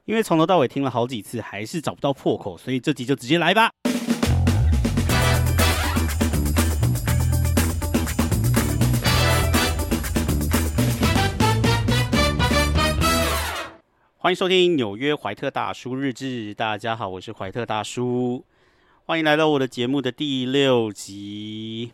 因为从头到尾听了好几次，还是找不到破口，所以这集就直接来吧。欢迎收听纽约怀特大叔日志，大家好，我是怀特大叔，欢迎来到我的节目的第6集。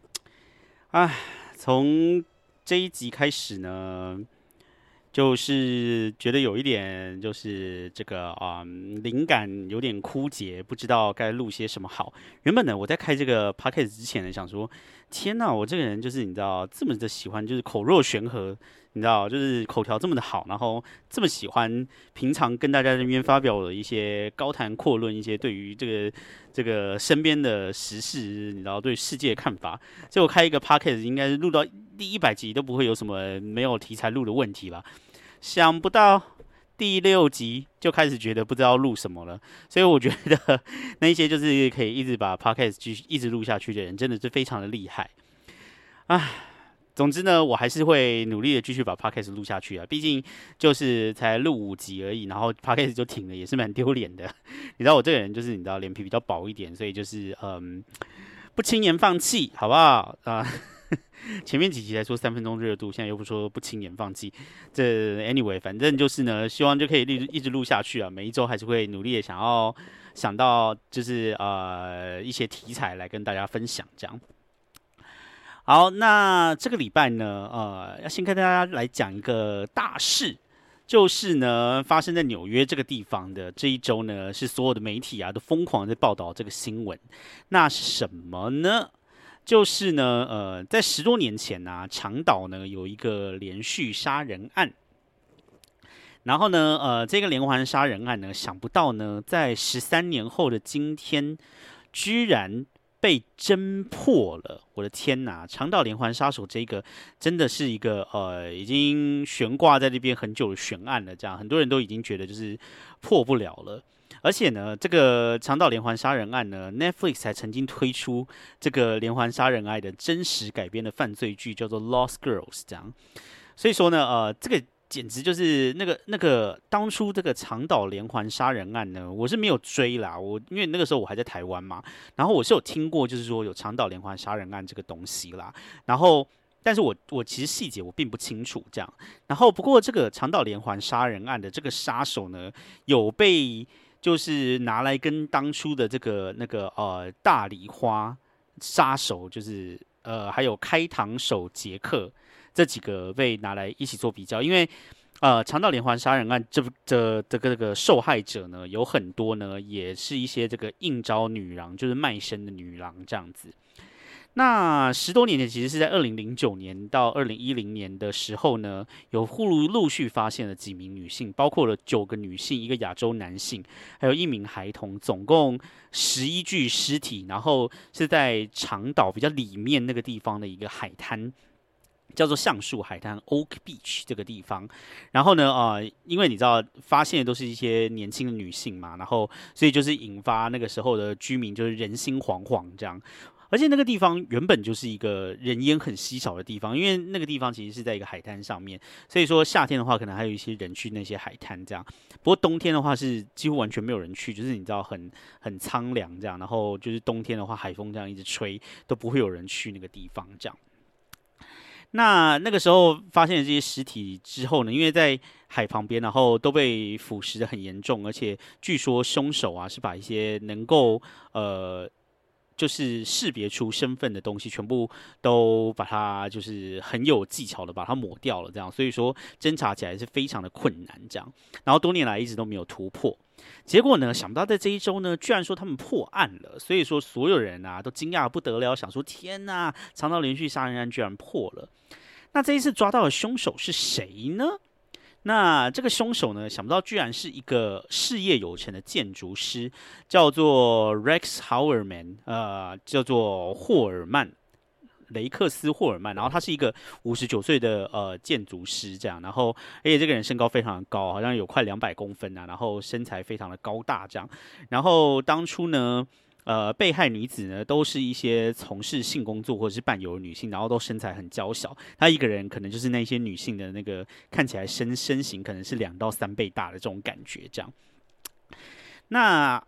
从这一集开始呢，就是觉得有一点，就是这个灵感有点枯竭，不知道该录些什么好。原本呢，我在开这个 podcast 之前呢，想说，天哪，我这个人就是你知道这么的喜欢，就是口若悬河，你知道，就是口条这么的好，然后这么喜欢平常跟大家这边发表的一些高谈阔论，一些对于这个身边的时事，你知道对世界的看法。所以我开一个 podcast 应该是录到第100集都不会有什么没有题材录的问题吧。想不到第6集就开始觉得不知道录什么了，所以我觉得那一些就是可以一直把 podcast 继续一直录下去的人，真的是非常的厉害。总之呢，我还是会努力的继续把 podcast 录下去啊，毕竟就是才录5集而已，然后 podcast 就停了，也是蛮丢脸的。你知道我这个人就是你知道脸皮比较薄一点，所以就是不轻言放弃，好不好前面几集才说3分钟热度，现在又不说不轻言放弃。这 anyway， 反正就是呢，希望就可以一直录下去啊。每一周还是会努力的想到就是一些题材来跟大家分享这样。好，那这个礼拜呢，要先跟大家来讲一个大事，就是呢，发生在纽约这个地方的这一周呢，是所有的媒体啊都疯狂在报道这个新闻。那是什么呢？就是呢，在10多年前啊，长岛呢有一个连续杀人案。然后呢，这个连环杀人案呢，想不到呢，在13年后的今天，居然被侦破了！我的天哪，长岛连环杀手这个真的是一个已经悬挂在这边很久的悬案了，这样很多人都已经觉得就是破不了了。而且呢，这个长岛连环杀人案呢 ，Netflix 还曾经推出这个连环杀人案的真实改编的犯罪剧，叫做《Lost Girls》这样。所以说呢，这个简直就是那个当初这个长岛连环杀人案呢，我是没有追啦，因为那个时候我还在台湾嘛，然后我是有听过，就是说有长岛连环杀人案这个东西啦，然后。但是我其实细节我并不清楚，这样。然后不过这个长岛连环杀人案的这个杀手呢，有被就是拿来跟当初的这个大梨花杀手，就是还有开膛手杰克这几个被拿来一起做比较，因为长岛连环杀人案这个受害者呢，有很多呢也是一些这个应招女郎，就是卖身的女郎这样子。那10多年前，其实是在2009年到2010年的时候呢，有陆续发现了几名女性，包括了9个女性、1个亚洲男性，还有1名孩童，总共11具尸体，然后是在长岛比较里面那个地方的一个海滩。叫做橡树海滩 （Oak Beach） 这个地方，然后呢，因为你知道发现的都是一些年轻的女性嘛，然后所以就是引发那个时候的居民就是人心惶惶这样。而且那个地方原本就是一个人烟很稀少的地方，因为那个地方其实是在一个海滩上面，所以说夏天的话可能还有一些人去那些海滩这样。不过冬天的话是几乎完全没有人去，就是你知道很苍凉这样，然后就是冬天的话海风这样一直吹，都不会有人去那个地方这样。那个时候发现了这些尸体之后呢，因为在海旁边，然后都被腐蚀的很严重，而且据说凶手啊是把一些能够就是识别出身份的东西，全部都把它就是很有技巧的把它抹掉了，这样，所以说侦查起来是非常的困难，这样，然后多年来一直都没有突破。结果呢，想不到在这一周呢，居然说他们破案了，所以说所有人啊都惊讶不得了，想说天哪，长岛连续杀人案居然破了。那这一次抓到的凶手是谁呢？那这个凶手呢，想不到居然是一个事业有成的建筑师，叫做 Rex Heuermann， 叫做霍尔曼，雷克斯·霍尔曼。然后他是一个59岁的建筑师，这样。然后而且这个人身高非常的高，好像有快200公分啊，然后身材非常的高大这样。然后当初呢， 被害女子呢，都是一些从事性工作或者是伴游的女性，然后都身材很娇小。她一个人可能就是那些女性的那个看起来身形可能是2到3倍大的这种感觉，这样。那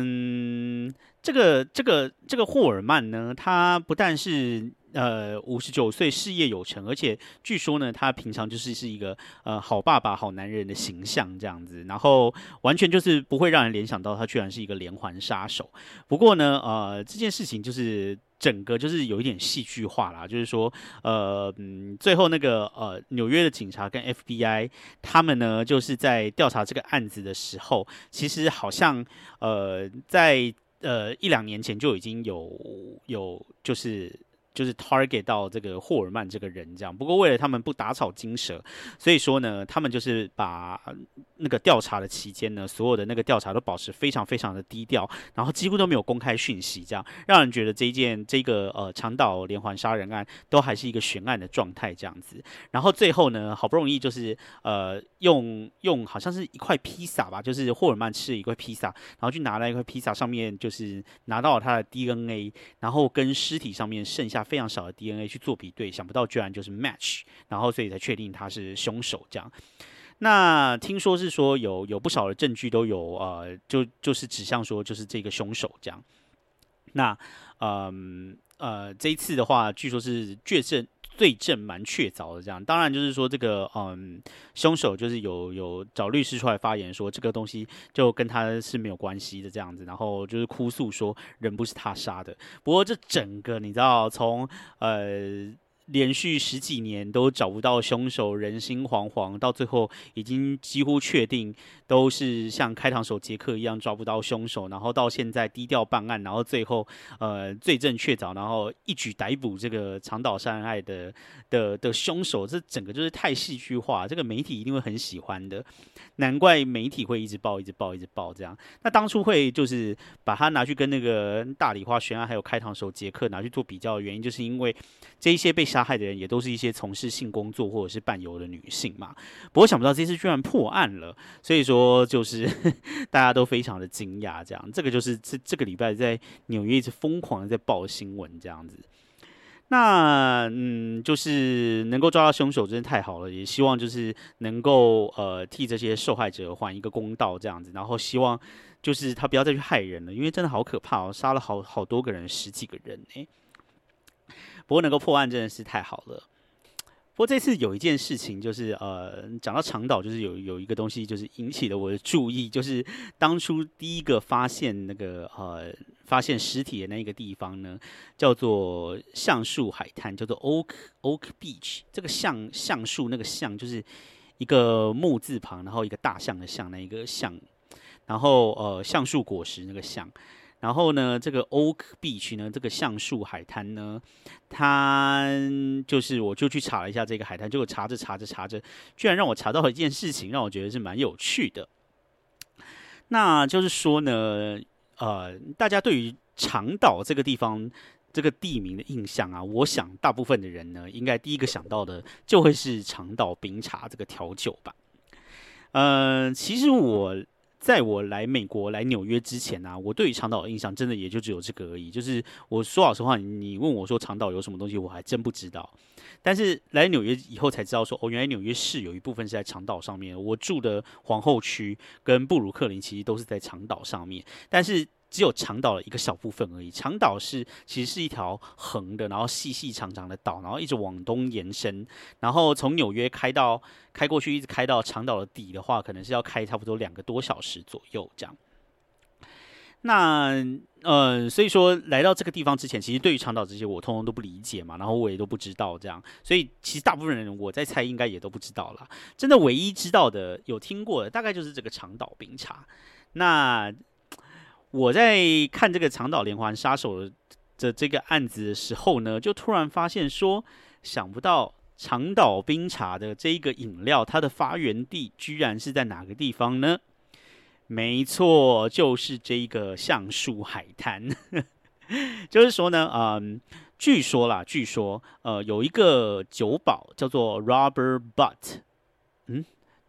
这个霍尔曼呢，他不但是59岁事业有成，而且据说呢，他平常就是一个好爸爸、好男人的形象这样子，然后完全就是不会让人联想到他居然是一个连环杀手。不过呢，这件事情就是整个就是有一点戏剧化啦，就是说，最后那个纽约的警察跟 FBI 他们呢，就是在调查这个案子的时候，其实好像在1、2年前就已经有就是 target 到这个霍尔曼这个人这样。不过为了他们不打草惊蛇，所以说呢，他们就是把那个调查的期间呢，所有的那个调查都保持非常非常的低调，然后几乎都没有公开讯息，这样让人觉得这个长岛连环杀人案都还是一个悬案的状态这样子。然后最后呢，好不容易就是用好像是一块披萨吧，就是霍尔曼吃了一块披萨，然后去拿了一块披萨上面就是拿到了他的 DNA，然后跟尸体上面剩下非常少的 DNA 去做比对，想不到居然就是 match，然后所以才确定他是凶手这样。那听说是说有不少的证据都有就是指向说就是这个凶手这样。那这一次的话，据说是罪证蛮确凿的这样。当然就是说这个凶手就是有找律师出来发言说这个东西就跟他是没有关系的这样子，然后就是哭诉说人不是他杀的。不过这整个你知道从连续10几年都找不到凶手，人心惶惶，到最后已经几乎确定都是像开膛手杰克一样抓不到凶手，然后到现在低调办案，然后最后罪证确凿，然后一举逮捕这个长岛杀人案的凶手，这整个就是太戏剧化，这个媒体一定会很喜欢的，难怪媒体会一直报、一直报、一直报这样。那当初会就是把它拿去跟那个大理花悬案还有开膛手杰克拿去做比较的原因，就是因为这一些被杀害的人也都是一些从事性工作或者是伴游的女性嘛。不过想不到这次居然破案了，所以说就是大家都非常的惊讶，这样。这个就是这个礼拜在纽约一直疯狂的在报新闻这样子。那就是能够抓到凶手真的太好了，也希望就是能够替这些受害者还一个公道这样子，然后希望就是他不要再去害人了，因为真的好可怕哦，杀了好多个人，10几个人欸。不过能够破案真的是太好了。不过这次有一件事情，就是讲到长岛，就是有一个东西，就是引起了我的注意，就是当初第一个发现发现尸体的那个地方呢，叫做橡树海滩，叫做 Oak Beach。这个橡树那个橡就是一个木字旁，然后一个大象的象，那一个象，然后橡树果实那个橡。然后呢，这个 Oak Beach 呢，这个橡树海滩呢，它就是我就去查了一下这个海滩，结果查着，居然让我查到了一件事情，让我觉得是蛮有趣的。那就是说呢，大家对于长岛这个地方这个地名的印象啊，我想大部分的人呢，应该第一个想到的就会是长岛冰茶这个调酒吧。其实在我来美国来纽约之前啊，我对于长岛的印象真的也就只有这个而已。就是我说老实话，你问我说长岛有什么东西，我还真不知道。但是来纽约以后才知道说，原来纽约市有一部分是在长岛上面。我住的皇后区跟布鲁克林其实都是在长岛上面，但是只有长岛的一个小部分而已。长岛其实是一条横的，然后细细长长的岛，然后一直往东延伸，然后从纽约开过去，一直开到长岛的底的话，可能是要开差不多2个多小时左右这样。那所以说来到这个地方之前，其实对于长岛这些我通通都不理解嘛，然后我也都不知道这样，所以其实大部分人我在猜应该也都不知道啦。真的唯一知道的、有听过的，大概就是这个长岛冰茶。那我在看这个长岛连环杀手的这个案子的时候呢，就突然发现说，想不到长岛冰茶的这一个饮料，它的发源地居然是在哪个地方呢？没错，就是这个橡树海滩。就是说呢，据说有一个酒保叫做 Robert Butt，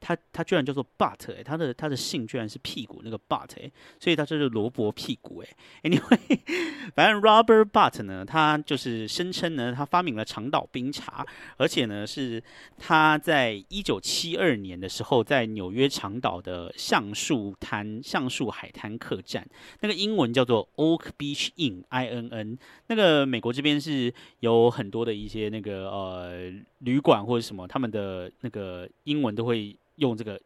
它居然叫做 butt 它的姓居然是屁股那个 butt 所以它就是萝卜屁股Anyway，反正 Robert Butt 呢，他就是声称呢，他发明了长岛冰茶，而且呢是他在1972年的时候，在纽约长岛的橡树海滩客栈，那个英文叫做 Oak Beach Inn，INN。那个美国这边是有很多的一些那个旅馆或者什么，他们的那个英文都会用这个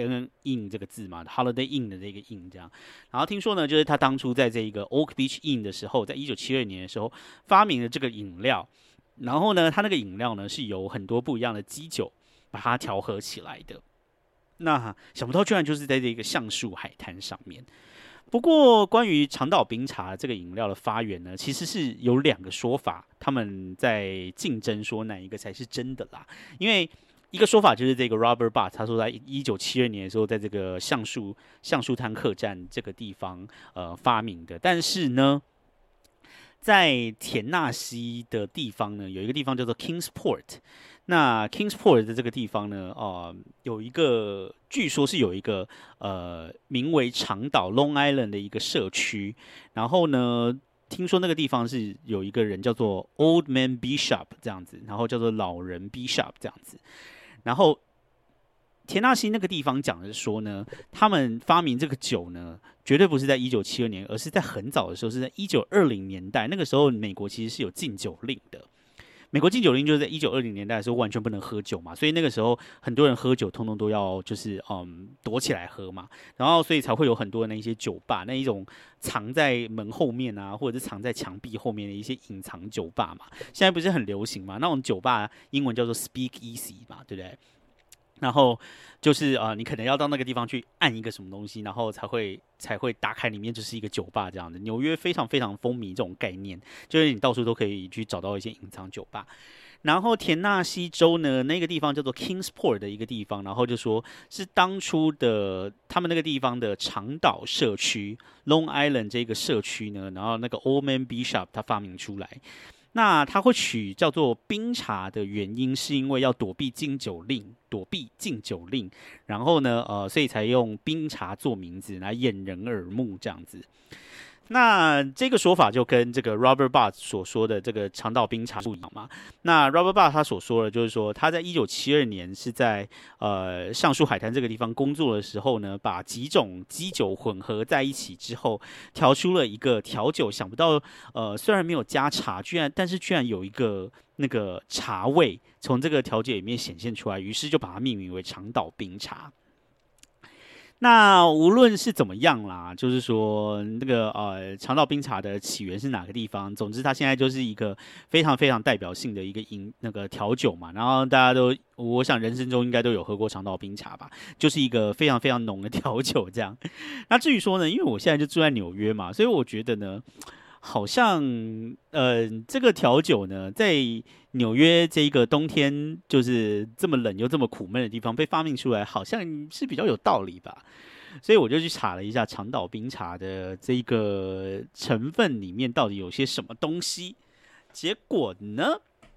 INN 这个字嘛 ，Holiday Inn 的这个 Inn 这样。然后听说呢，就是他当初在这个 Oak Beach Inn 的时候，在1972年的时候发明了这个饮料。然后呢，他那个饮料呢是有很多不一样的基酒把它调和起来的。那想不到居然就是在这个橡树海滩上面。不过，关于长岛冰茶这个饮料的发源呢，其实是有2个说法，他们在竞争说哪一个才是真的啦。因为一个说法就是这个 Robert Butt 他说在1972年的时候，在这个橡树滩客栈这个地方发明的，但是呢，在田纳西的地方呢，有一个地方叫做 Kingsport。那 Kingsport 的这个地方呢，有一个据说是有一个名为长岛 Long Island 的一个社区，然后呢，听说那个地方是有一个人叫做 Old Man Bishop 这样子，然后叫做老人 Bishop 这样子，然后田纳西那个地方讲的是说呢，他们发明这个酒呢，绝对不是在1972年，而是在很早的时候，是在1920年代。那个时候，美国其实是有禁酒令的。美国禁酒令就是在1920年代的时候完全不能喝酒嘛，所以那个时候很多人喝酒通通都要就是躲起来喝嘛，然后所以才会有很多的那些酒吧，那一种藏在门后面啊，或者是藏在墙壁后面的一些隐藏酒吧嘛，现在不是很流行嘛，那种酒吧英文叫做 Speak Easy 嘛，对不对？然后就是你可能要到那个地方去按一个什么东西，然后才会打开，里面就是一个酒吧这样的。纽约非常非常风靡这种概念，就是你到处都可以去找到一些隐藏酒吧。然后田纳西州呢，那个地方叫做 Kingsport 的一个地方，然后就说是当初的他们那个地方的长岛社区 Long Island 这个社区呢，然后那个 Old Man Bishop 他发明出来。那他会取叫做冰茶的原因，是因为要躲避禁酒令，然后呢，所以才用冰茶做名字来掩人耳目这样子。那这个说法就跟这个 Robert Butt 所说的这个长岛冰茶不一样嘛。那 Robert Butt 他所说的就是说，他在1972年是在橡树海滩这个地方工作的时候呢，把几种基酒混合在一起之后，调出了一个调酒。想不到虽然没有加茶，但是居然有一个那个茶味从这个调酒里面显现出来，于是就把它命名为长岛冰茶。那无论是怎么样啦，就是说那个长岛冰茶的起源是哪个地方？总之，它现在就是一个非常非常代表性的一个那个调酒嘛。然后大家都，我想人生中应该都有喝过长岛冰茶吧，就是一个非常非常浓的调酒这样。那至于说呢，因为我现在就住在纽约嘛，所以我觉得呢，好像这个调酒呢，在纽约这一个冬天就是这么冷又这么苦闷的地方被发明出来，好像是比较有道理吧。所以我就去查了一下长岛冰茶的这个成分里面到底有些什么东西。结果呢，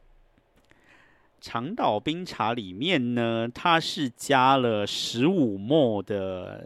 长岛冰茶里面呢，它是加了15ml 的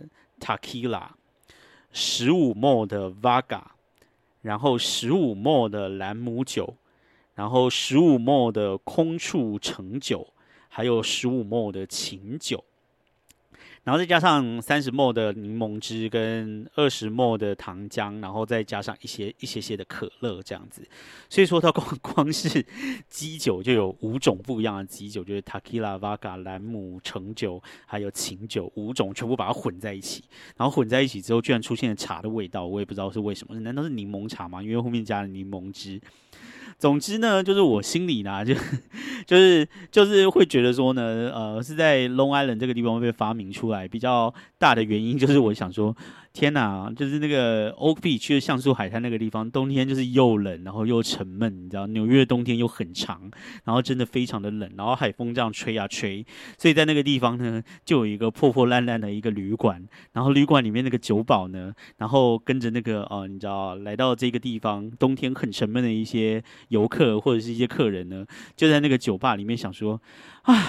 Tequila、15ml 的 Vodka， 然后15ml 的兰姆酒，然后15ml 的空醋橙酒，还有15ml 的琴酒，然后再加上30ml 的柠檬汁跟20ml 的糖浆，然后再加上一些的可乐这样子。所以说它光是基酒就有5种不一样的基酒，就是 Tequila、Vodka、兰姆、橙酒还有琴酒5种全部把它混在一起，然后混在一起之后居然出现了茶的味道，我也不知道是为什么，难道是柠檬茶吗？因为后面加了柠檬汁。总之呢，就是我心里呢，就是会觉得说呢，是在 Long Island 这个地方被发明出来，比较大的原因就是我想说，天哪，就是那个 Oak Beach 去橡树海滩那个地方，冬天就是又冷，然后又沉闷，你知道，纽约的冬天又很长，然后真的非常的冷，然后海风这样吹啊吹，所以在那个地方呢，就有一个破破烂烂的一个旅馆，然后旅馆里面那个酒保呢，然后跟着那个你知道，来到这个地方，冬天很沉闷的一些游客或者是一些客人呢，就在那个酒吧里面想说，啊，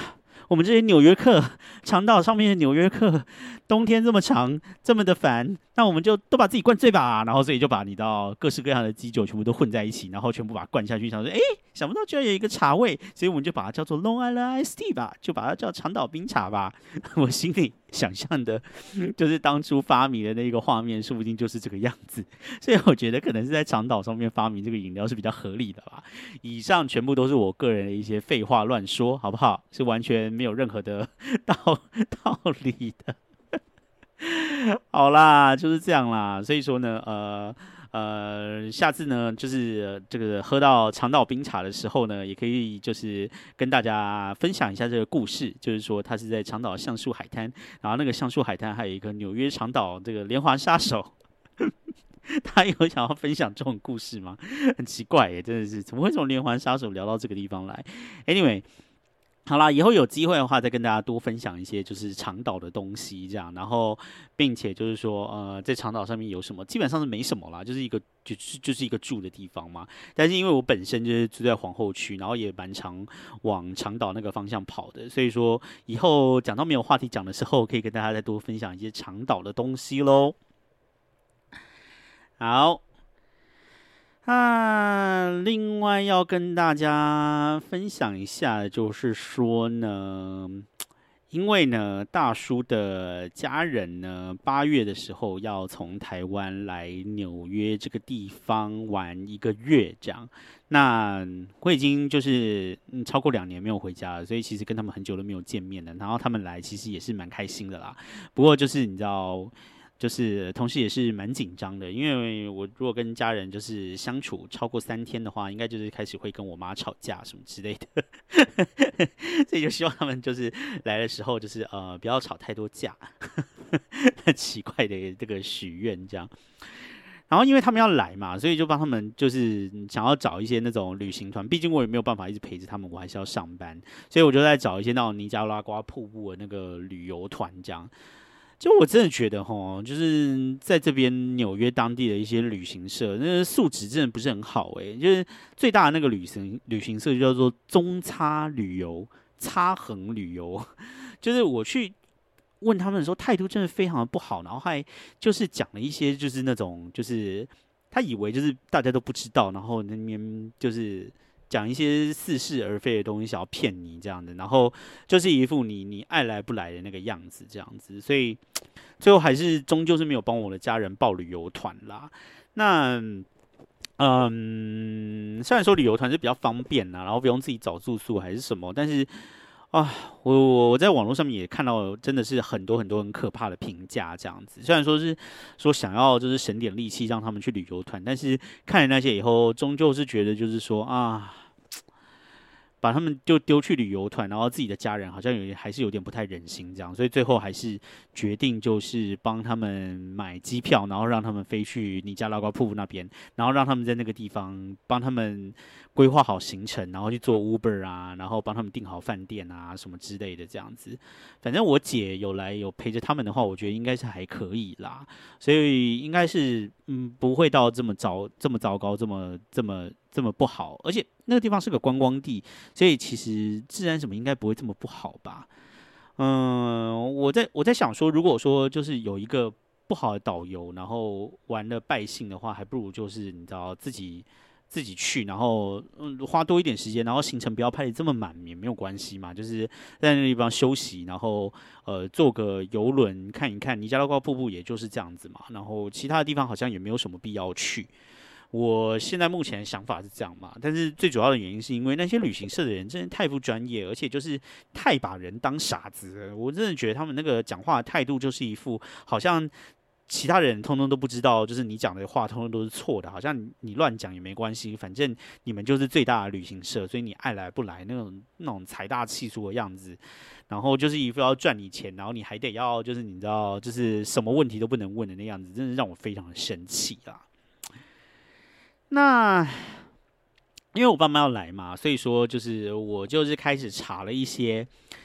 我们这些纽约客，长岛上面的纽约客，冬天这么长，这么的烦，那我们就都把自己灌醉吧。然后所以就把你到各式各样的基酒全部都混在一起，然后全部把它灌下去。想说，想不到居然有一个茶味，所以我们就把它叫做 Long Island Iced Tea 吧，就把它叫长岛冰茶吧。我心里想象的，就是当初发明的那个画面，说不定就是这个样子。所以我觉得可能是在长岛上面发明这个饮料是比较合理的吧。以上全部都是我个人的一些废话乱说，好不好？是完全没有任何的道理的。好啦，就是这样啦。所以说呢，下次呢，就是这个喝到长岛冰茶的时候呢，也可以就是跟大家分享一下这个故事，就是说它是在长岛橡树海滩，然后那个橡树海滩还有一个纽约长岛这个连环杀手。他有想要分享这种故事吗？很奇怪耶，真的是怎么会从连环杀手聊到这个地方来 ？Anyway， 好啦，以后有机会的话再跟大家多分享一些就是长岛的东西，这样，然后并且就是说在长岛上面有什么，基本上是没什么啦，就是一个就是一个住的地方嘛。但是因为我本身就是住在皇后区，然后也蛮常往长岛那个方向跑的，所以说以后讲到没有话题讲的时候，可以跟大家再多分享一些长岛的东西喽。好，另外要跟大家分享一下，就是说呢，因为呢，大叔的家人呢，8月的时候要从台湾来纽约这个地方玩1个月，这样。那我已经就是超过2年没有回家了，所以其实跟他们很久都没有见面了。然后他们来其实也是蛮开心的啦。不过就是你知道。就是同时也是蛮紧张的，因为我如果跟家人就是相处超过3天的话，应该就是开始会跟我妈吵架什么之类的，所以就希望他们就是来的时候就是不要吵太多架，很奇怪的这个许愿这样。然后因为他们要来嘛，所以就帮他们就是想要找一些那种旅行团，毕竟我也没有办法一直陪着他们，我还是要上班，所以我就在找一些那种尼加拉瓜瀑布的那个旅游团这样。就我真的觉得齁，就是在这边纽约当地的一些旅行社，那个素质真的不是很好就是最大的那个旅行社就叫做中差旅游、差恒旅游，就是我去问他们的时候，态度真的非常的不好，然后还就是讲了一些就是那种就是他以为就是大家都不知道，然后那边就是讲一些似是而非的东西，想要骗你这样的，然后就是一副你爱来不来的那个样子这样子，所以最后还是终究是没有帮我的家人报旅游团啦。那虽然说旅游团是比较方便啦，然后不用自己找住宿还是什么，但是我在网络上面也看到真的是很多很多很可怕的评价这样子。虽然说是说想要就是省点力气让他们去旅游团，但是看了那些以后，终究是觉得就是说把他们就丢去旅游团，然后自己的家人好像还是有点不太忍心这样，所以最后还是决定就是帮他们买机票，然后让他们飞去尼加拉瓜瀑布那边，然后让他们在那个地方帮他们规划好行程，然后去做 Uber 然后帮他们订好饭店什么之类的这样子。反正我姐有来有陪着他们的话，我觉得应该是还可以啦，所以应该是不会到这么糟糕，这么不好，而且那个地方是个观光地，所以其实治安什么应该不会这么不好吧？我在想说，如果说就是有一个不好的导游，然后玩的败兴的话，还不如就是你知道自己去，然后花多一点时间，然后行程不要拍得这么满也没有关系嘛，就是在那个地方休息，然后坐个游轮看一看尼加拉瓜瀑布，也就是这样子嘛。然后其他的地方好像也没有什么必要去。我现在目前的想法是这样嘛，但是最主要的原因是因为那些旅行社的人真的太不专业，而且就是太把人当傻子了。我真的觉得他们那个讲话的态度就是一副好像其他人通通都不知道，就是你讲的话通通都是错的，好像你乱讲也没关系，反正你们就是最大的旅行社，所以你爱来不来那种财大气粗的样子，然后就是一副要赚你钱，然后你还得要就是你知道就是什么问题都不能问的那样子，真的让我非常的生气啦。那因为我爸妈要来嘛，所以说就是我就是开始查了一些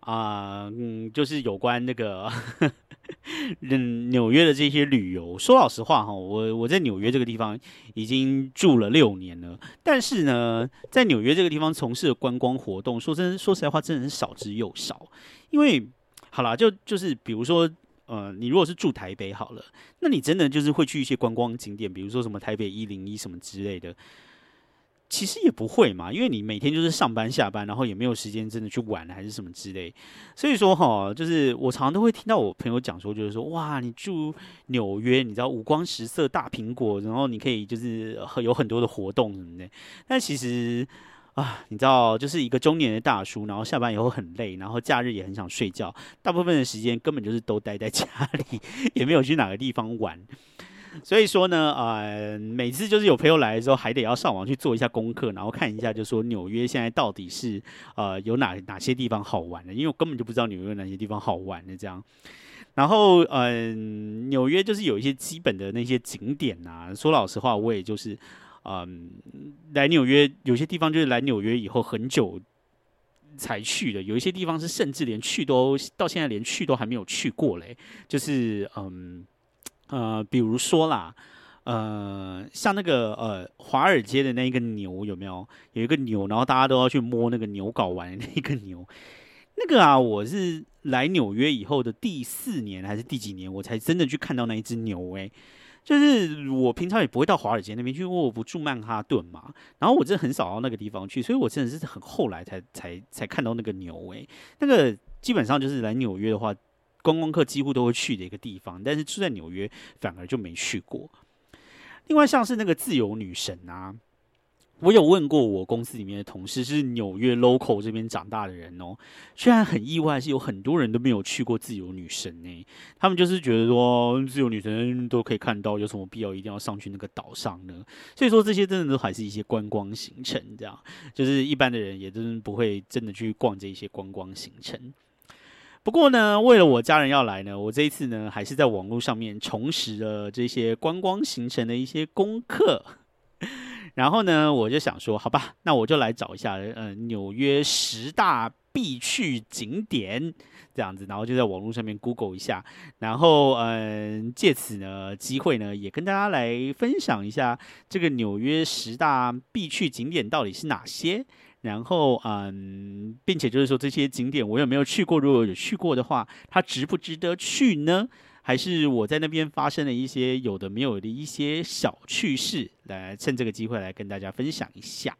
就是有关那个纽约的这些旅游。说老实话哈，我在纽约这个地方已经住了6年了，但是呢，在纽约这个地方从事的观光活动，说实在话，真的是少之又少。因为好啦，就是比如说。你如果是住台北好了，那你真的就是会去一些观光景点，比如说什么台北101什么之类的。其实也不会嘛，因为你每天就是上班下班，然后也没有时间真的去玩还是什么之类。所以说哈，就是我常常都会听到我朋友讲说，就是说哇，你住纽约，你知道五光十色大苹果，然后你可以就是有很多的活动什么的。但其实你知道，就是一个中年的大叔，然后下班以后很累，然后假日也很想睡觉，大部分的时间根本就是都待在家里，也没有去哪个地方玩。所以说呢，每次就是有朋友来的时候，还得要上网去做一下功课，然后看一下，就说纽约现在到底是有哪些地方好玩的，因为我根本就不知道纽约有哪些地方好玩的这样。然后纽约就是有一些基本的那些景点啊，说老实话，我也就是来纽约有些地方就是来纽约以后很久才去的，有一些地方是甚至连去都到现在连去都还没有去过嘞，就是比如说啦，像那个华尔街的那一个牛有没有？有一个牛，然后大家都要去摸那个牛睾丸的那一个牛。那个我是来纽约以后的第4年还是第几年，我才真的去看到那一只牛就是我平常也不会到华尔街那边去，因为我不住曼哈顿嘛。然后我真的很少到那个地方去，所以我真的是很后来才看到那个牛那个基本上就是来纽约的话。观光客几乎都会去的一个地方，但是住在纽约反而就没去过。另外像是那个自由女神啊，我有问过我公司里面的同事，是纽约 local 这边长大的人虽然很意外，是有很多人都没有去过自由女神他们就是觉得说自由女神都可以看到，有什么必要一定要上去那个岛上呢？所以说这些真的都还是一些观光行程，这样就是一般的人也真不会真的去逛这些观光行程。不过呢，为了我家人要来呢，我这一次呢还是在网络上面重拾了这些观光行程的一些功课。然后呢，我就想说，好吧，那我就来找一下纽约10大必去景点这样子，然后就在网络上面 Google 一下，然后借此呢机会呢也跟大家来分享一下这个纽约10大必去景点到底是哪些。然后并且就是说这些景点我有没有去过？如果有去过的话，它值不值得去呢？还是我在那边发生了一些有的没有的一些小趣事，来趁这个机会来跟大家分享一下。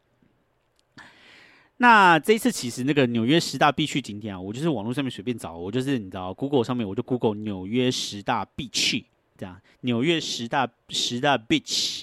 那这一次其实那个纽约10大必去景点我就是网络上面随便找，我就是你知道 Google 上面我就 Google 纽约10大必去，这样纽约10大beach，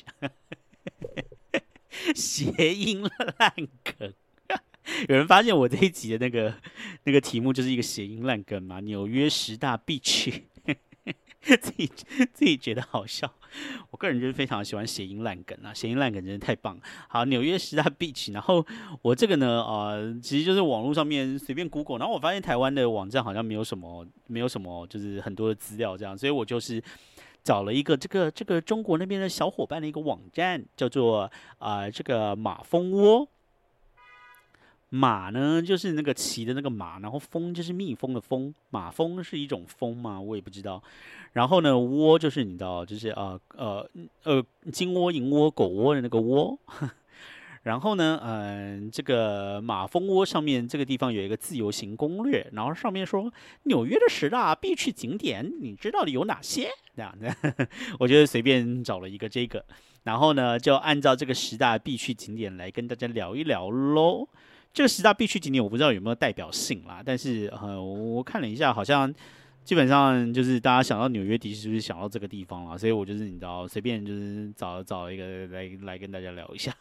谐音烂梗。有人发现我这一集的那个题目就是一个谐音烂梗嘛？纽约10大必去，自己觉得好笑。我个人就是非常喜欢谐音烂梗谐音烂梗真的太棒了。好，纽约10大必去，然后我这个呢，其实就是网络上面随便 Google， 然后我发现台湾的网站好像没有什么，就是很多的资料这样，所以我就是找了一个这个中国那边的小伙伴的一个网站，叫做这个马蜂窝。马呢，就是那个骑的那个马，然后蜂就是蜜蜂的蜂，马蜂是一种蜂嘛，我也不知道。然后呢，窝就是你知道，就是金窝、银窝、狗窝的那个窝。然后呢，这个马蜂窝上面这个地方有一个自由行攻略，然后上面说纽约的10大必去景点，你知道的有哪些？这样的，我觉得随便找了一个这个，然后呢，就按照这个10大必去景点来跟大家聊一聊喽。这个10大必去景点我不知道有没有代表性啦，但是我看了一下，好像基本上就是大家想到纽约的确是不是想到这个地方啦，所以我就是你知道随便就是找一个来跟大家聊一下。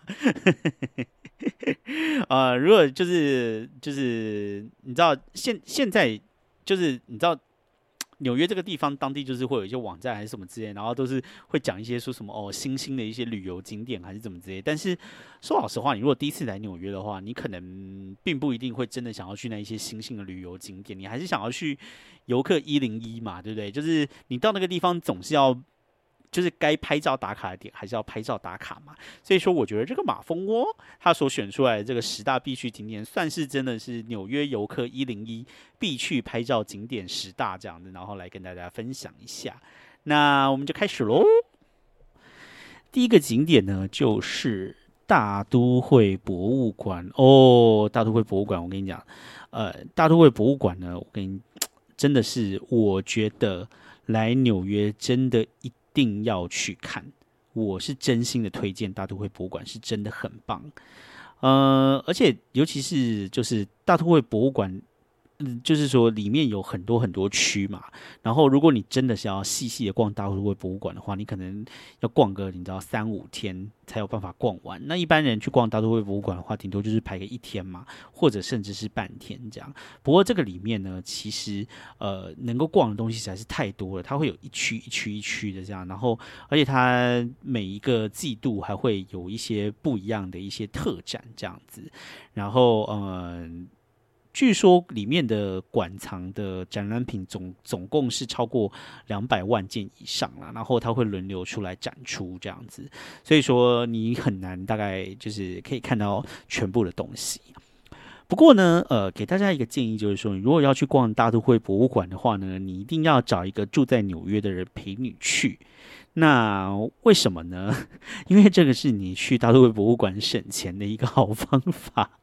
如果就是你知道现在就是你知道。纽约这个地方，当地就是会有一些网站还是什么之类，然后都是会讲一些说什么新兴的一些旅游景点还是怎么之类。但是说老实话，你如果第一次来纽约的话，你可能并不一定会真的想要去那一些新兴的旅游景点，你还是想要去游客101嘛，对不对？就是你到那个地方总是要就是该拍照打卡的点还是要拍照打卡嘛。所以说，我觉得这个马蜂窝它所选出来的这个10大必去景点，算是真的是纽约游客101必去拍照景点10大这样子，然后来跟大家分享一下。那我们就开始喽。第一个景点呢，就是大都会博物馆哦。大都会博物馆，我跟你讲，大都会博物馆呢，真的是我觉得来纽约真的一定要去看。我是真心的推荐大都会博物馆，是真的很棒。而且尤其是就是大都会博物馆。就是说里面有很多很多区嘛，然后如果你真的是要细细的逛大都会博物馆的话，你可能要逛个你知道3-5天才有办法逛完。那一般人去逛大都会博物馆的话，顶多就是排个1天嘛，或者甚至是半天这样。不过这个里面呢，其实能够逛的东西实在是太多了，它会有一区一区一区的这样，然后而且它每一个季度还会有一些不一样的一些特展这样子，然后据说里面的馆藏的展览品总共是超过200万件以上啦，然后它会轮流出来展出这样子，所以说你很难大概就是可以看到全部的东西。不过呢，给大家一个建议，就是说，你如果要去逛大都会博物馆的话呢，你一定要找一个住在纽约的人陪你去。那为什么呢？因为这个是你去大都会博物馆省钱的一个好方法。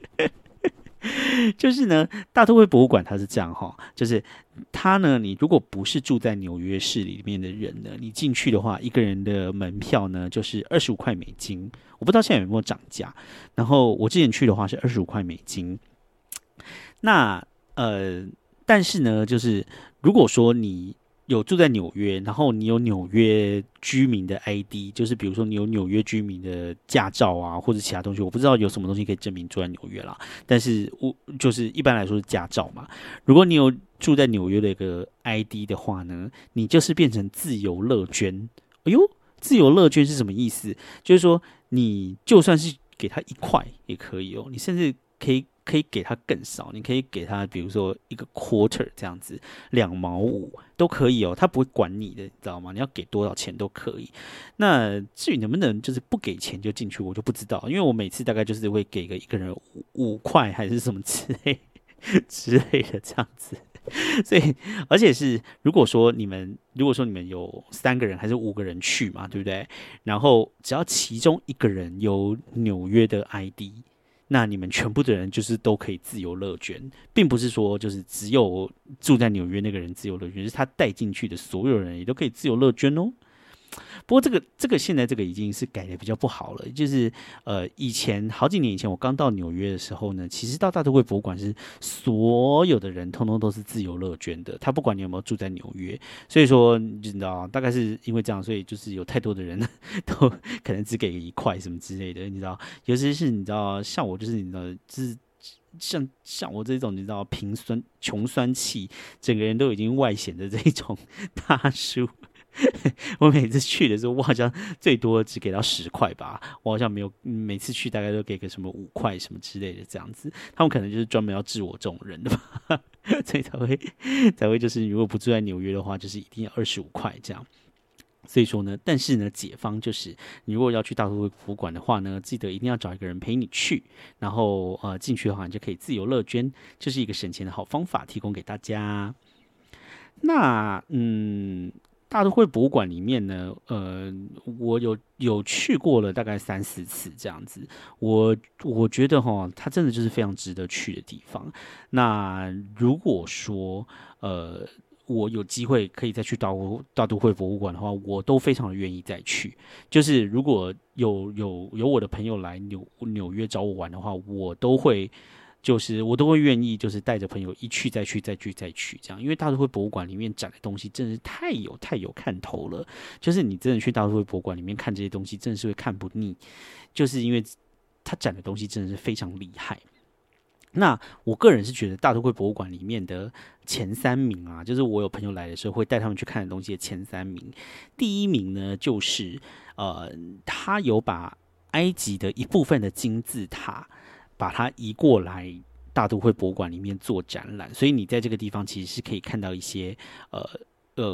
就是呢，大都会博物馆它是这样哈，就是它呢，你如果不是住在纽约市里面的人呢，你进去的话，一个人的门票呢就是$25，我不知道现在有没有涨价。然后我之前去的话是$25。那但是呢，就是如果说你有住在纽约，然后你有纽约居民的 ID， 就是比如说你有纽约居民的驾照啊，或者其他东西，我不知道有什么东西可以证明住在纽约啦。但是我就是一般来说是驾照嘛。如果你有住在纽约的一个 ID 的话呢，你就是变成自由乐捐。哎呦，自由乐捐是什么意思？就是说你就算是给他1块也可以哦，你甚至可以给他更少，你可以给他比如说1个 quarter 这样子，2毛5都可以哦，他不会管你的，你知道吗？你要给多少钱都可以。那至于能不能就是不给钱就进去，我就不知道，因为我每次大概就是会给一个人5块还是什么之类的这样子。所以，而且是如果说你们有3个人还是5个人去嘛，对不对？然后只要其中1个人有纽约的 ID。那你们全部的人就是都可以自由乐捐，并不是说就是只有住在纽约那个人自由乐捐，是他带进去的所有人也都可以自由乐捐哦。不过这个现在这个已经是改的比较不好了，就是以前好几年以前我刚到纽约的时候呢，其实到大都会博物馆是所有的人通通都是自由乐捐的，他不管你有没有住在纽约，所以说你知道大概是因为这样，所以就是有太多的人都可能只给1块什么之类的，你知道，尤其是你知道像我就是你知道就是像我这种你知道穷酸气，整个人都已经外显的这种大叔。我每次去的时候，我好像最多只给到10块吧，我好像没有每次去大概都给个什么5块什么之类的这样子，他们可能就是专门要治我这种人的吧，所以才会就是如果不住在纽约的话，就是一定要25块这样。所以说呢，但是呢，解方就是你如果要去大都会博物馆的话呢，记得一定要找一个人陪你去，然后进去的话，你就可以自由乐捐，这是一个省钱的好方法，提供给大家。那大都会博物馆里面呢，我有去过了大概3-4次这样子，我觉得它真的就是非常值得去的地方。那如果说我有机会可以再去大都会博物馆的话，我都非常的愿意再去。就是如果有我的朋友来纽约找我玩的话，我都会愿意，就是带着朋友一去再去再去这样，因为大都会博物馆里面展的东西真的是太有看头了，就是你真的去大都会博物馆里面看这些东西，真的是会看不腻，就是因为他展的东西真的是非常厉害。那我个人是觉得大都会博物馆里面的前3名啊，就是我有朋友来的时候会带他们去看的东西的前3名。第1名呢，就是他有把埃及的一部分的金字塔把它移过来大都会博物馆里面做展览，所以你在这个地方其实是可以看到一些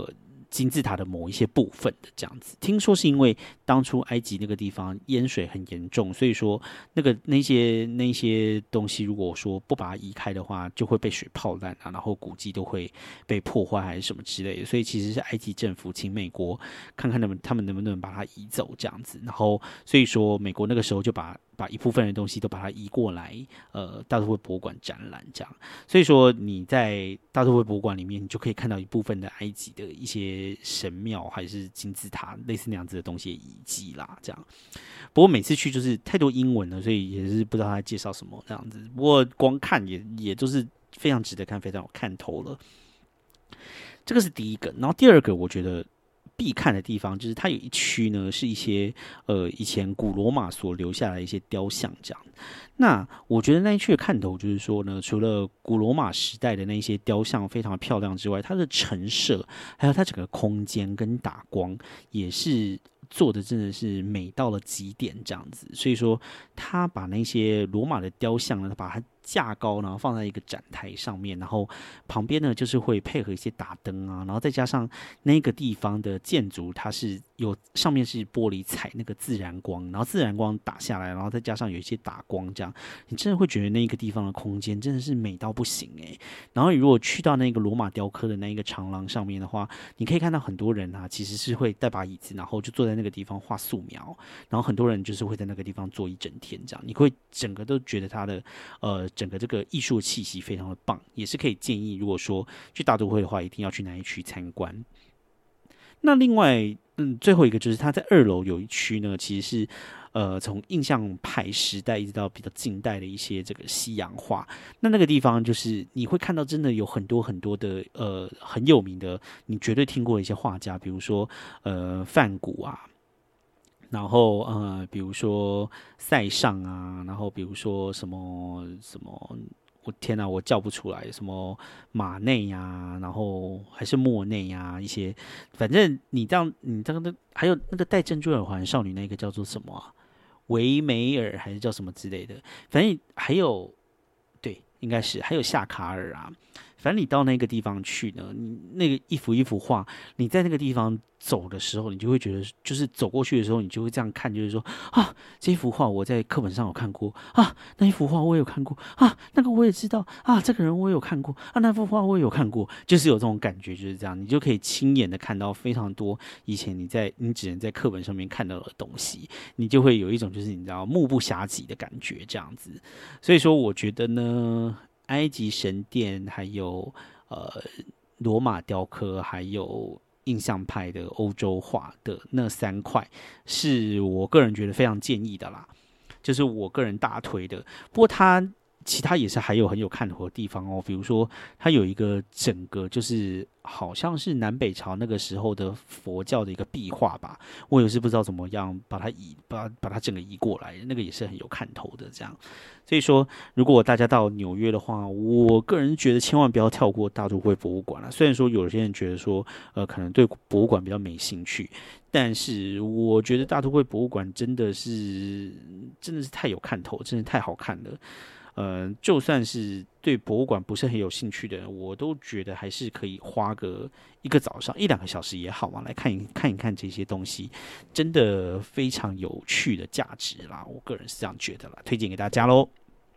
金字塔的某一些部分的这样子。听说是因为当初埃及那个地方淹水很严重，所以说那些东西如果说不把它移开的话，就会被水泡烂啊，然后古迹都会被破坏还是什么之类的。所以其实是埃及政府请美国看看他们能不能把它移走这样子。然后所以说美国那个时候就把一部分的东西都把它移过来，大都会博物馆展览这样。所以说你在大都会博物馆里面，你就可以看到一部分的埃及的一些神庙还是金字塔类似那样子的东西的遗迹啦，这样。不过每次去就是太多英文了，所以也是不知道他在介绍什么这样子。不过光看也都是非常值得看，非常有看头了。这个是第一个，然后第二个我觉得必看的地方就是它有一区呢，是一些以前古罗马所留下来的一些雕像这样。那我觉得那一区的看头就是说呢，除了古罗马时代的那些雕像非常漂亮之外，它的陈设还有它整个空间跟打光也是做的真的是美到了极点这样子。所以说他把那些罗马的雕像呢，他把它架高，然后放在一个展台上面，然后旁边呢就是会配合一些打灯啊，然后再加上那个地方的建筑，它是有上面是玻璃采那个自然光，然后自然光打下来，然后再加上有一些打光，这样你真的会觉得那个地方的空间真的是美到不行欸。然后你如果去到那个罗马雕刻的那一个长廊上面的话，你可以看到很多人啊，其实是会带把椅子，然后就坐在那个地方画素描，然后很多人就是会在那个地方坐一整天，这样你会整个都觉得它的整个这个艺术的气息非常的棒，也是可以建议，如果说去大都会的话，一定要去那一区参观。那另外，最后一个就是它在2楼有一区呢，其实是从印象派时代一直到比较近代的一些这个西洋画。那个地方就是你会看到真的有很多很多的很有名的，你绝对听过的一些画家，比如说梵谷啊。然后比如说塞尚啊，然后比如说什么，我天哪，我叫不出来，什么马内呀，然后还是莫内呀，一些，反正你这样还有那个戴珍珠耳环少女那个叫做什么啊？维梅尔还是叫什么之类的，反正还有对，应该是还有夏卡尔啊。反正你到那个地方去呢，你那个一幅画，你在那个地方走的时候，你就会觉得，就是走过去的时候，你就会这样看，就是说啊，这幅画我在课本上有看过啊，那一幅画我也有看过啊，那个我也知道啊，这个人我也有看过啊，那幅画我也有看过，就是有这种感觉，就是这样，你就可以亲眼的看到非常多以前你只能在课本上面看到的东西，你就会有一种就是你知道目不暇给的感觉，这样子。所以说，我觉得呢。埃及神殿，还有罗马雕刻，还有印象派的欧洲画的那3块，是我个人觉得非常建议的啦，就是我个人大推的。不过其他也是还有很有看头的地方哦，比如说它有一个整个就是好像是南北朝那个时候的佛教的一个壁画吧，我也是不知道怎么样把它整个移过来，那个也是很有看头的这样。所以说，如果大家到纽约的话，我个人觉得千万不要跳过大都会博物馆啦。虽然说有些人觉得说，可能对博物馆比较没兴趣，但是我觉得大都会博物馆真的是太有看头，真的太好看了。就算是对博物馆不是很有兴趣的人，我都觉得还是可以花个1个早上1-2个小时也好嘛，来看一看这些东西，真的非常有趣的价值啦，我个人是这样觉得啦，推荐给大家咯。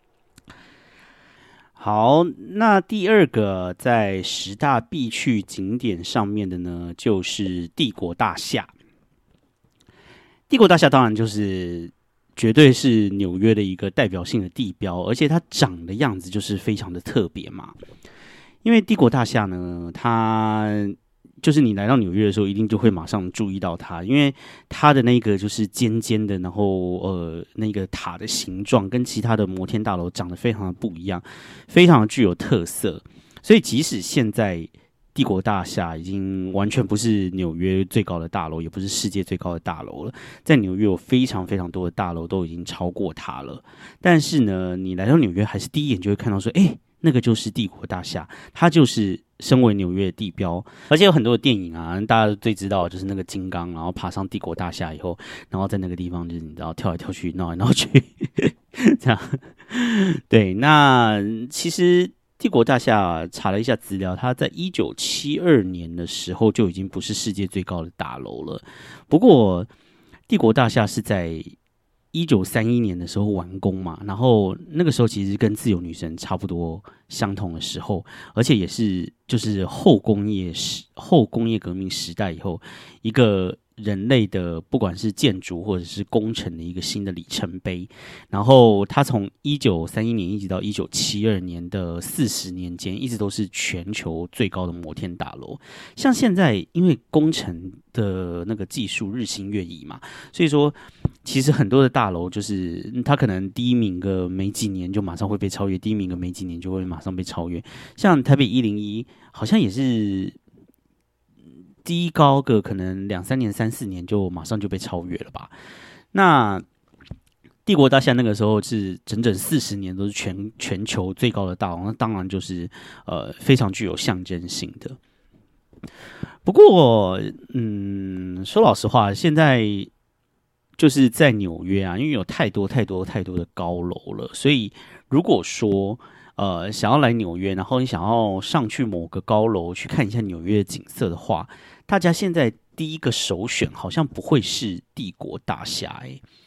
好，那第2个在10大必去景点上面的呢，就是帝国大厦。帝国大厦当然就是绝对是纽约的一个代表性的地标，而且它长的样子就是非常的特别嘛。因为帝国大厦呢，它就是你来到纽约的时候，一定就会马上注意到它，因为它的那个就是尖尖的，然后那个塔的形状跟其他的摩天大楼长得非常的不一样，非常的具有特色。所以即使现在帝国大厦已经完全不是纽约最高的大楼，也不是世界最高的大楼了，在纽约有非常非常多的大楼都已经超过它了。但是呢，你来到纽约，还是第一眼就会看到说，那个就是帝国大厦，它就是身为纽约的地标。而且有很多的电影啊，大家最知道的就是那个金刚，然后爬上帝国大厦以后，然后在那个地方就是你知道跳来跳去，闹来闹去，这样。对，那其实帝国大厦查了一下资料，它在1972年的时候就已经不是世界最高的大楼了。不过，帝国大厦是在1931年的时候完工嘛，然后那个时候其实跟自由女神差不多相同的时候，而且也是就是后工业革命时代以后一个人类的不管是建筑或者是工程的一个新的里程碑。然后它从1931年一直到1972年的40年间，一直都是全球最高的摩天大楼。像现在因为工程的那个技术日新月异嘛，所以说其实很多的大楼就是它可能第一名个没几年就马上会被超越，第一名个没几年就会马上被超越。像台北101好像也是第一高个可能2-3年、3-4年就马上就被超越了吧。那帝国大厦那个时候是整整40年都是全球最高的大楼，那当然就是非常具有象征性的。不过，说老实话，现在就是在纽约啊，因为有太多的高楼了，所以如果说想要来纽约，然后你想要上去某个高楼去看一下纽约的景色的话，大家现在第一个首选好像不会是帝国大厦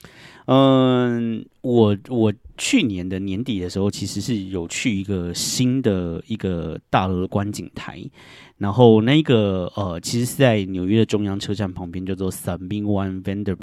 我去年的年底的时候，其实是有去一个新的一个大楼的观景台，然后那个其实是在纽约的中央车站旁边，叫做 Summit One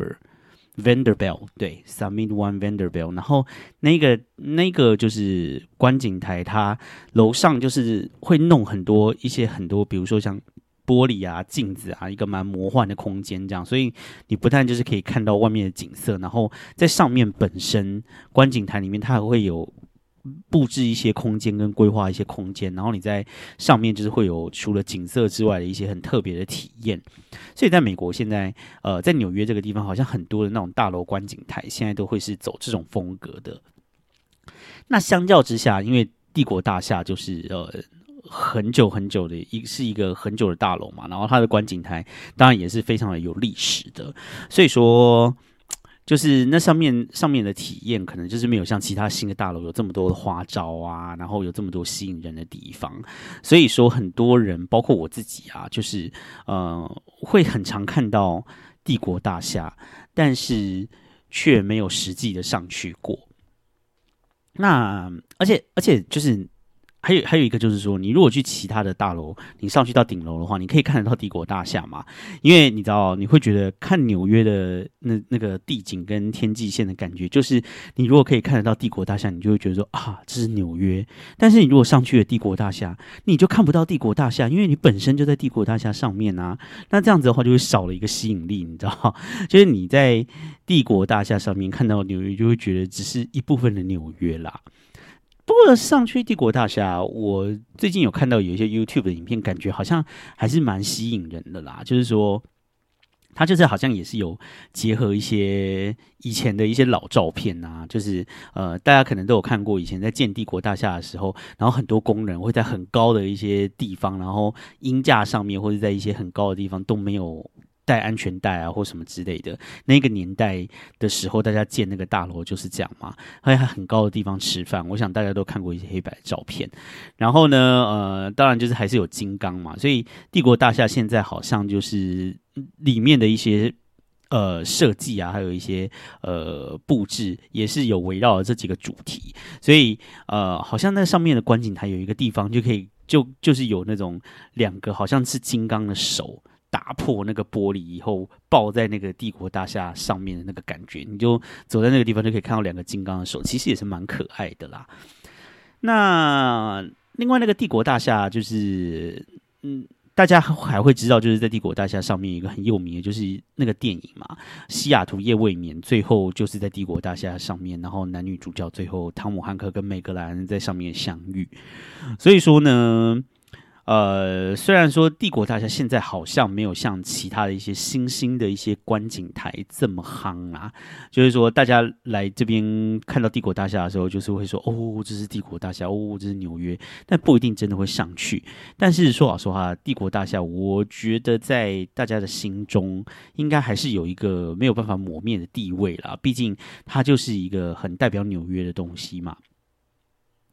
Vanderbilt， 对 ，Summit One Vanderbilt， 然后那个就是观景台，它楼上就是会弄很多，比如说像玻璃啊、镜子啊，一个蛮魔幻的空间这样，所以你不但就是可以看到外面的景色，然后在上面本身观景台里面，它还会有布置一些空间跟规划一些空间，然后你在上面就是会有除了景色之外的一些很特别的体验。所以在美国现在在纽约这个地方，好像很多的那种大楼观景台现在都会是走这种风格的。那相较之下，因为帝国大厦就是很久的是一个很久的大楼嘛，然后它的观景台当然也是非常的有历史的，所以说就是那上面的体验可能就是没有像其他新的大楼有这么多的花招啊，然后有这么多吸引人的地方，所以说很多人包括我自己啊，就是会很常看到帝国大厦，但是却没有实际的上去过。那而且就是还有一个就是说，你如果去其他的大楼，你上去到顶楼的话，你可以看得到帝国大厦嘛？因为你知道，你会觉得看纽约的那个地景跟天际线的感觉，就是你如果可以看得到帝国大厦，你就会觉得说啊，这是纽约。但是你如果上去了帝国大厦，你就看不到帝国大厦，因为你本身就在帝国大厦上面啊。那这样子的话，就会少了一个吸引力，你知道？就是你在帝国大厦上面看到纽约，就会觉得只是一部分的纽约啦。不过上去帝国大厦，我最近有看到有一些 YouTube 的影片，感觉好像还是蛮吸引人的啦。就是说，它就是好像也是有结合一些以前的一些老照片啊，就是大家可能都有看过以前在建帝国大厦的时候，然后很多工人会在很高的一些地方，然后鹰架上面或者在一些很高的地方都没有带安全带啊，或什么之类的。那个年代的时候，大家建那个大楼就是这样嘛，在很高的地方吃饭。我想大家都看过一些黑白的照片。然后呢，当然就是还是有金刚嘛，所以帝国大厦现在好像就是里面的一些设计啊，还有一些布置，也是有围绕了这几个主题。所以好像那上面的观景台有一个地方就可以就是有那种2个好像是金刚的手打破那个玻璃以后，抱在那个帝国大厦上面的那个感觉，你就走在那个地方就可以看到2个金刚的手，其实也是蛮可爱的啦。那另外那个帝国大厦就是，大家还会知道，就是在帝国大厦上面有一个很有名的，就是那个电影嘛，《西雅图夜未眠》，最后就是在帝国大厦上面，然后男女主角最后汤姆汉克跟梅格莱恩在上面相遇。所以说呢，虽然说帝国大厦现在好像没有像其他的一些新兴的一些观景台这么夯啊，就是说大家来这边看到帝国大厦的时候，就是会说哦，这是帝国大厦，哦，这是纽约，但不一定真的会上去。但是说老实话，帝国大厦，我觉得在大家的心中，应该还是有一个没有办法磨灭的地位啦，毕竟它就是一个很代表纽约的东西嘛。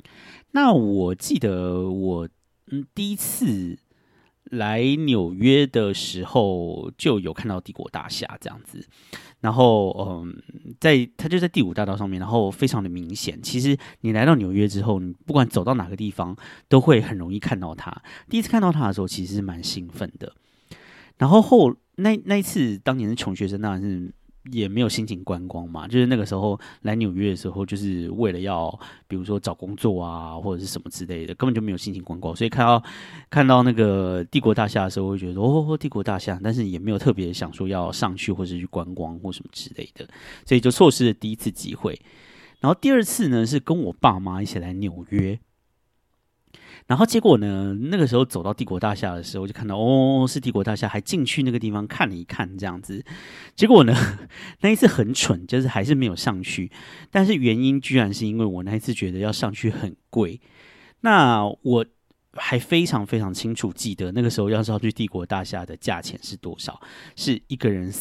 那我记得我第一次来纽约的时候就有看到帝国大厦这样子，然后它就在第五大道上面，然后非常的明显。其实你来到纽约之后，你不管走到哪个地方，都会很容易看到它。第一次看到它的时候，其实是蛮兴奋的。然后那一次，当年是穷学生，当然是也没有心情观光嘛，就是那个时候来纽约的时候，就是为了要比如说找工作啊，或者是什么之类的，根本就没有心情观光。所以看到那个帝国大厦的时候，会觉得哦，帝国大厦，但是也没有特别想说要上去或者去观光或什么之类的，所以就错失了第一次机会。然后第二次呢，是跟我爸妈一起来纽约。然后结果呢，那个时候走到帝国大厦的时候，就看到哦，是帝国大厦，还进去那个地方看了一看，这样子。结果呢，那一次很蠢，就是还是没有上去。但是原因居然是因为我那一次觉得要上去很贵。那我还非常非常清楚记得，那个时候要上去帝国大厦的价钱是多少？是一个人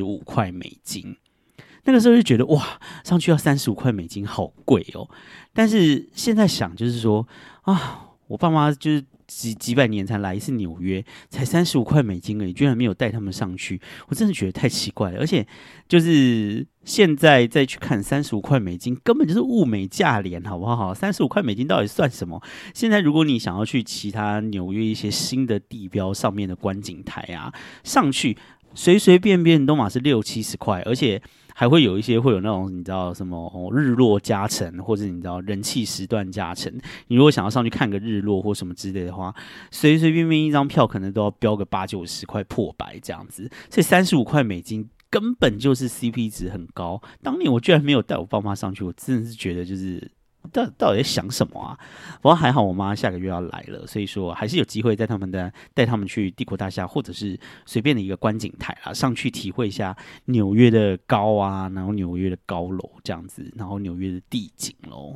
$35。那个时候就觉得哇，上去要$35，好贵哦。但是现在想，就是说啊。我爸妈就是几百年才来一次纽约，才$35而已，居然没有带他们上去，我真的觉得太奇怪了。而且就是现在再去看$35，根本就是物美价廉，好不好？$35到底算什么？现在如果你想要去其他纽约一些新的地标上面的观景台啊，上去随随便便都嘛是60-70块，而且还会有一些会有那种你知道什么日落加成，或者你知道人气时段加成。你如果想要上去看个日落或什么之类的话，随随便便一张票可能都要标个80-90块破百这样子，所以$35根本就是 CP 值很高。当年我居然没有带我爸妈上去，我真的是觉得就是到底在想什么啊？不过还好，我妈下个月要来了，所以说还是有机会带他们去帝国大厦，或者是随便的一个观景台啦，上去体会一下纽约的高啊，然后纽约的高楼这样子，然后纽约的地景咯。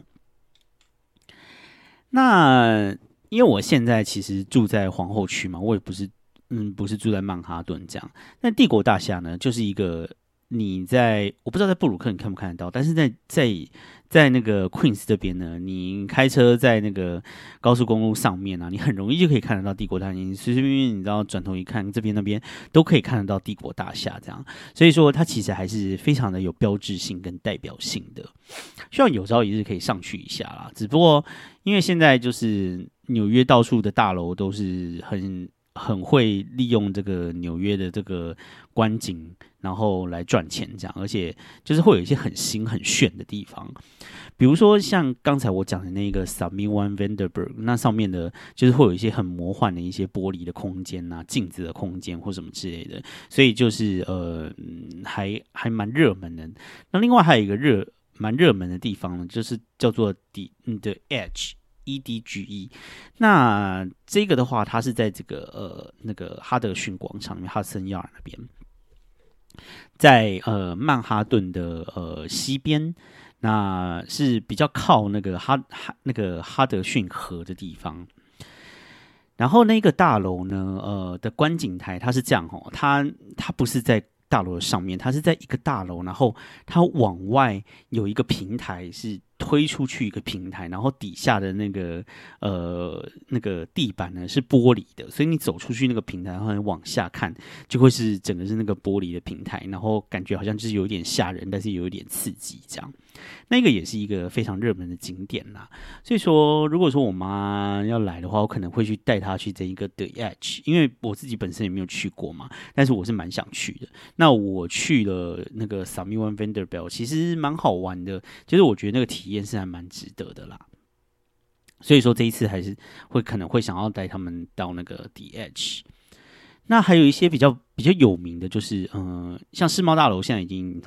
那因为我现在其实住在皇后区嘛，我也不是住在曼哈顿这样。那帝国大厦呢，就是一个我不知道在布鲁克你看不看得到，但是在那个 Queens 这边呢，你开车在那个高速公路上面啊，你很容易就可以看得到帝国大厦，你随随便便你知道转头一看，这边那边都可以看得到帝国大厦这样，所以说它其实还是非常的有标志性跟代表性的，希望有朝一日可以上去一下啦。只不过因为现在就是纽约到处的大楼都是很会利用这个纽约的这个观景，然后来赚钱这样，而且就是会有一些很新很炫的地方，比如说像刚才我讲的那个 Subway One Vanderburg， 那上面的就是会有一些很魔幻的一些玻璃的空间啊，镜子的空间或什么之类的，所以就是还蛮热门的。那另外还有一个蛮热门的地方呢，就是叫做The Edge。EDGE， 那这个的话，它是在这个那个哈德逊广场里面，哈森 Yard 那边，在曼哈顿的西边，那是比较靠那个哈德逊河的地方。然后那个大楼呢，的观景台它是这样哦，它不是在大楼的上面，它是在一个大楼，然后它往外有一个平台是推出去一个平台，然后底下的那个地板呢是玻璃的，所以你走出去那个平台，然后你往下看，就会是整个是那个玻璃的平台，然后感觉好像就是有一点吓人，但是有一点刺激这样。那个也是一个非常热门的景点啦，所以说如果说我妈要来的话，我可能会去带她去这一个 The Edge， 因为我自己本身也没有去过嘛，但是我是蛮想去的。那我去了那个 Subway One Vanderbilt， 其实蛮好玩的，就是我觉得那个体验是还蛮值得的啦。所以说这一次还是可能会想要带他们到那个 The Edge。那还有一些比较有名的，就是像世贸大楼现在已经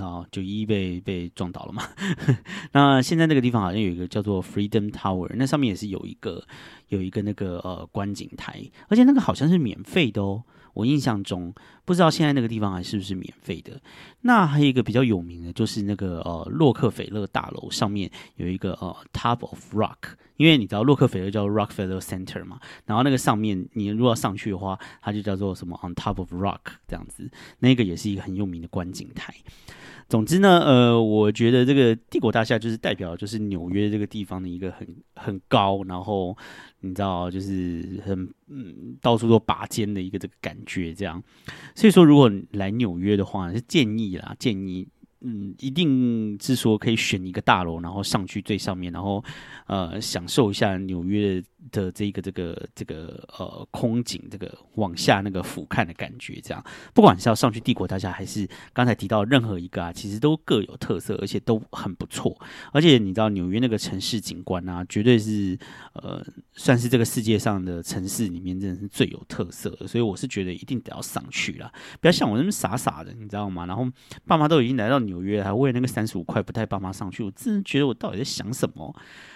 911被撞倒了嘛，那现在那个地方好像有一个叫做 Freedom Tower， 那上面也是有一个那个观景台，而且那个好像是免费的哦。我印象中不知道现在那个地方还是不是免费的。那还有一个比较有名的，就是那个洛克菲勒大楼上面有一个Top of Rock， 因为你知道洛克菲勒叫 Rockefeller Center 嘛，然后那个上面你如果要上去的话，它就叫做什么 On Top of Rock 这样子，那个也是一个很有名的观景台。 总之呢，我觉得这个帝国大厦就是代表就是纽约这个地方的一个很高，然后你知道就是到处都拔尖的一个这个感觉，这样。所以说，如果来纽约的话，是建议一定是说可以选一个大楼，然后上去最上面，然后享受一下纽约的这个空景，这个往下那个俯瞰的感觉，这样。不管是要上去帝国大厦，还是刚才提到任何一个啊，其实都各有特色，而且都很不错。而且你知道纽约那个城市景观啊，绝对是算是这个世界上的城市里面真的是最有特色的，所以我是觉得一定得要上去啦，不要像我那么傻傻的，你知道吗？然后爸妈都已经来到纽约，还为了那个35块不带爸妈上去，我真的觉得我到底在想什么？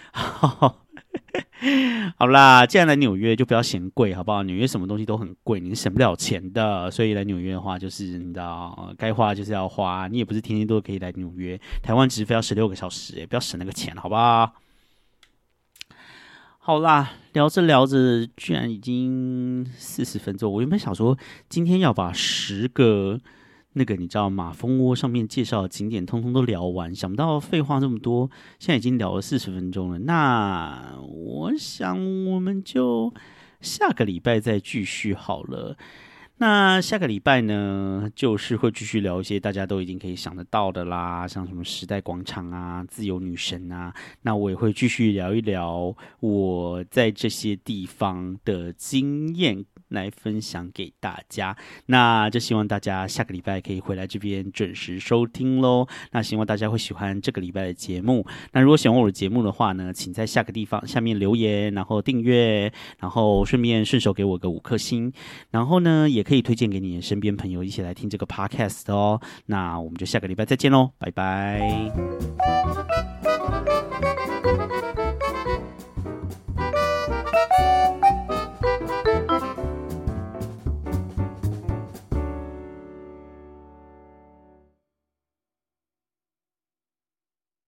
好啦，既然来纽约就不要嫌贵，好不好？纽约什么东西都很贵，你是省不了钱的。所以来纽约的话，就是你知道，该花就是要花，你也不是天天都可以来纽约。台湾直飞要16个小时，不要省那个钱，好不好？好啦，聊着聊着，居然已经40分钟。我原本想说，今天要把10个那个你知道马蜂窝上面介绍的景点通通都聊完，想不到废话这么多，现在已经聊了40分钟了。那我想我们就下个礼拜再继续好了。那下个礼拜呢，就是会继续聊一些大家都已经可以想得到的啦，像什么时代广场啊、自由女神啊。那我也会继续聊一聊我在这些地方的经验，来分享给大家。那就希望大家下个礼拜可以回来这边准时收听咯。那希望大家会喜欢这个礼拜的节目。那如果喜欢我的节目的话呢，请在下面留言，然后订阅，然后顺手给我个5颗星。然后呢，也可以推荐给你的身边朋友一起来听这个 podcast 哦。那我们就下个礼拜再见咯，拜拜。